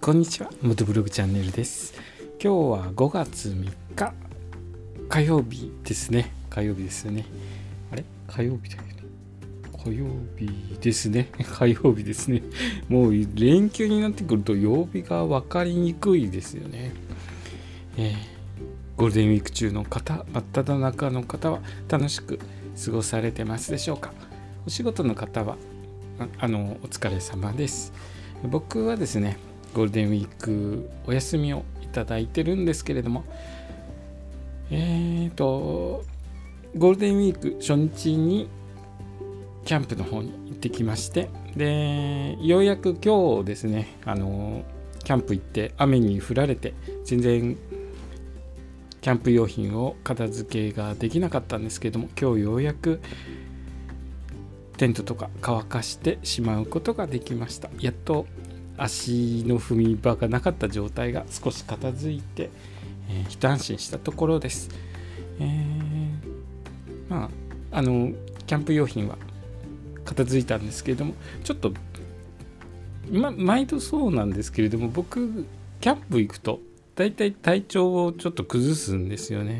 こんにちは、元ブログチャンネルです。今日は5月3日火曜日ですね。火曜日ですよね。あれ火曜日だよね。火曜日ですね。火曜日ですね。もう連休になってくると曜日が分かりにくいですよね。ゴールデンウィーク中の方、真っ只中の方は楽しく過ごされてますでしょうか。お仕事の方はお疲れ様です。僕はですね、ゴールデンウィークお休みをいただいてるんですけれども、ゴールデンウィーク初日にキャンプの方に行ってきまして、でようやく今日ですね、キャンプ行って雨に降られて全然キャンプ用品を片付けができなかったんですけれども、今日ようやくテントとか乾かしてしまうことができました。やっと足の踏み場がなかった状態が少し片付いて、一安心したところです。キャンプ用品は片付いたんですけれども、ちょっと毎度そうなんですけれども、僕キャンプ行くとだいたい体調をちょっと崩すんですよね。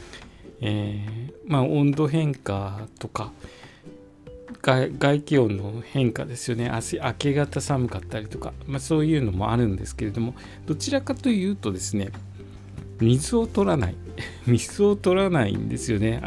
温度変化とか外気温の変化ですよね。明け方寒かったりとか、そういうのもあるんですけれども、どちらかというとですね、水を取らないんですよね。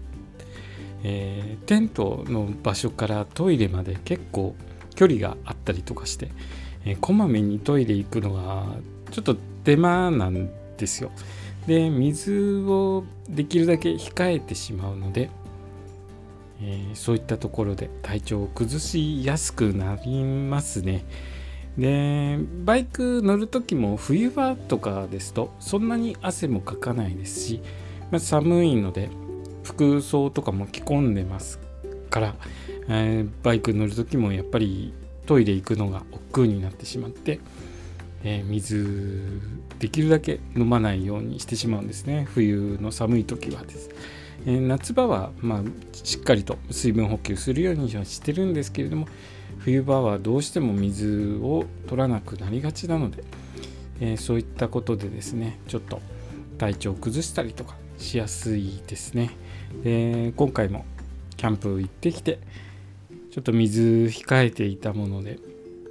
テントの場所からトイレまで結構距離があったりとかして、こまめにトイレ行くのがちょっと手間なんですよ。で、水をできるだけ控えてしまうので、そういったところで体調を崩しやすくなりますね。で、バイク乗る時も冬場とかですとそんなに汗もかかないですし、寒いので服装とかも着込んでますから、バイク乗る時もやっぱりトイレ行くのが億劫になってしまって、水できるだけ飲まないようにしてしまうんですね。冬の寒い時はです。夏場はしっかりと水分補給するようにはしてるんですけれども、冬場はどうしても水を取らなくなりがちなので、そういったことでですね、ちょっと体調を崩したりとかしやすいですね。今回もキャンプ行ってきてちょっと水控えていたもので、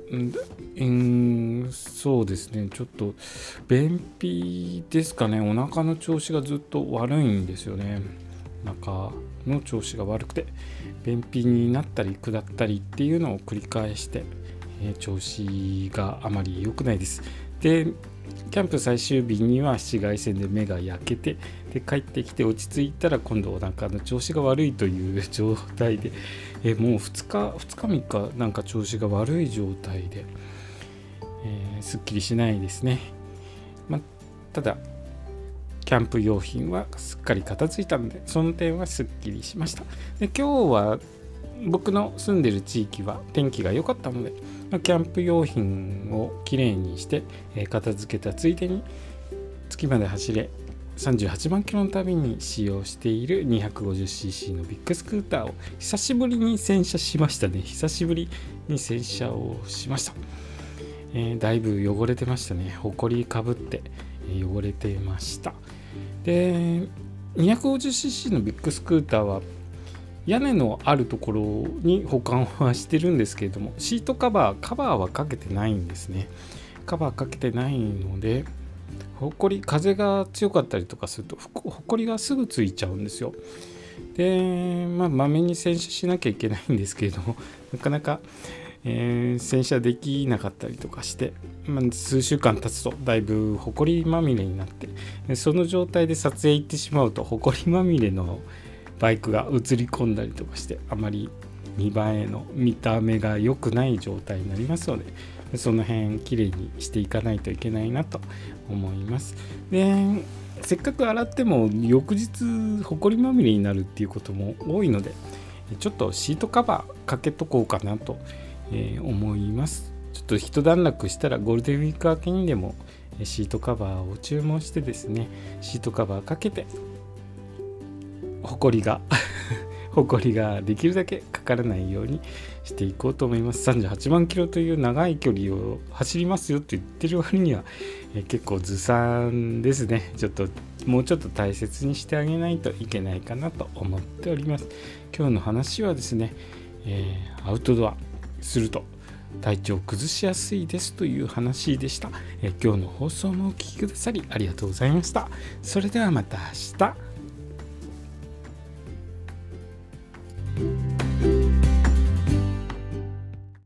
そうですね、ちょっと便秘ですかね。お腹の調子がずっと悪いんですよね。中の調子が悪くて便秘になったり下ったりっていうのを繰り返して、調子があまり良くないです。で、キャンプ最終日には紫外線で目が焼けて、で帰ってきて落ち着いたら今度お腹の調子が悪いという状態で、もう2日3日なんか調子が悪い状態で、すっきりしないですね。ただキャンプ用品はすっかり片付いたので、その点はすっきりしました。で、今日は僕の住んでる地域は天気が良かったので、キャンプ用品をきれいにして片付けたついでに、月まで走れ38万キロの旅に使用している 250cc のビッグスクーターを久しぶりに洗車しましたね。久しぶりに洗車をしました。だいぶ汚れてましたね。ほこりかぶって汚れてました。で、 250cc のビッグスクーターは屋根のあるところに保管はしてるんですけれども、シートカバーはかけてないんですね。カバーかけてないので、風が強かったりとかするとほこりがすぐついちゃうんですよ。で、まめに洗車しなきゃいけないんですけれども、なかなか洗車できなかったりとかして、数週間経つとだいぶほこりまみれになって、その状態で撮影行ってしまうとほこりまみれのバイクが映り込んだりとかして、あまり見栄えの見た目が良くない状態になりますので、その辺きれいにしていかないといけないなと思います。で、せっかく洗っても翌日ほこりまみれになるっていうことも多いので、ちょっとシートカバーかけとこうかなと思います。ちょっと一段落したらゴールデンウィーク明けにでもシートカバーを注文してですね、シートカバーかけてほこりがほこりができるだけかからないようにしていこうと思います。38万キロという長い距離を走りますよって言ってる割には、結構ずさんですね。もうちょっと大切にしてあげないといけないかなと思っております。今日の話はですね、アウトドアすると体調を崩しやすいですという話でした。今日の放送もお聞きくださりありがとうございました。それではまた明日。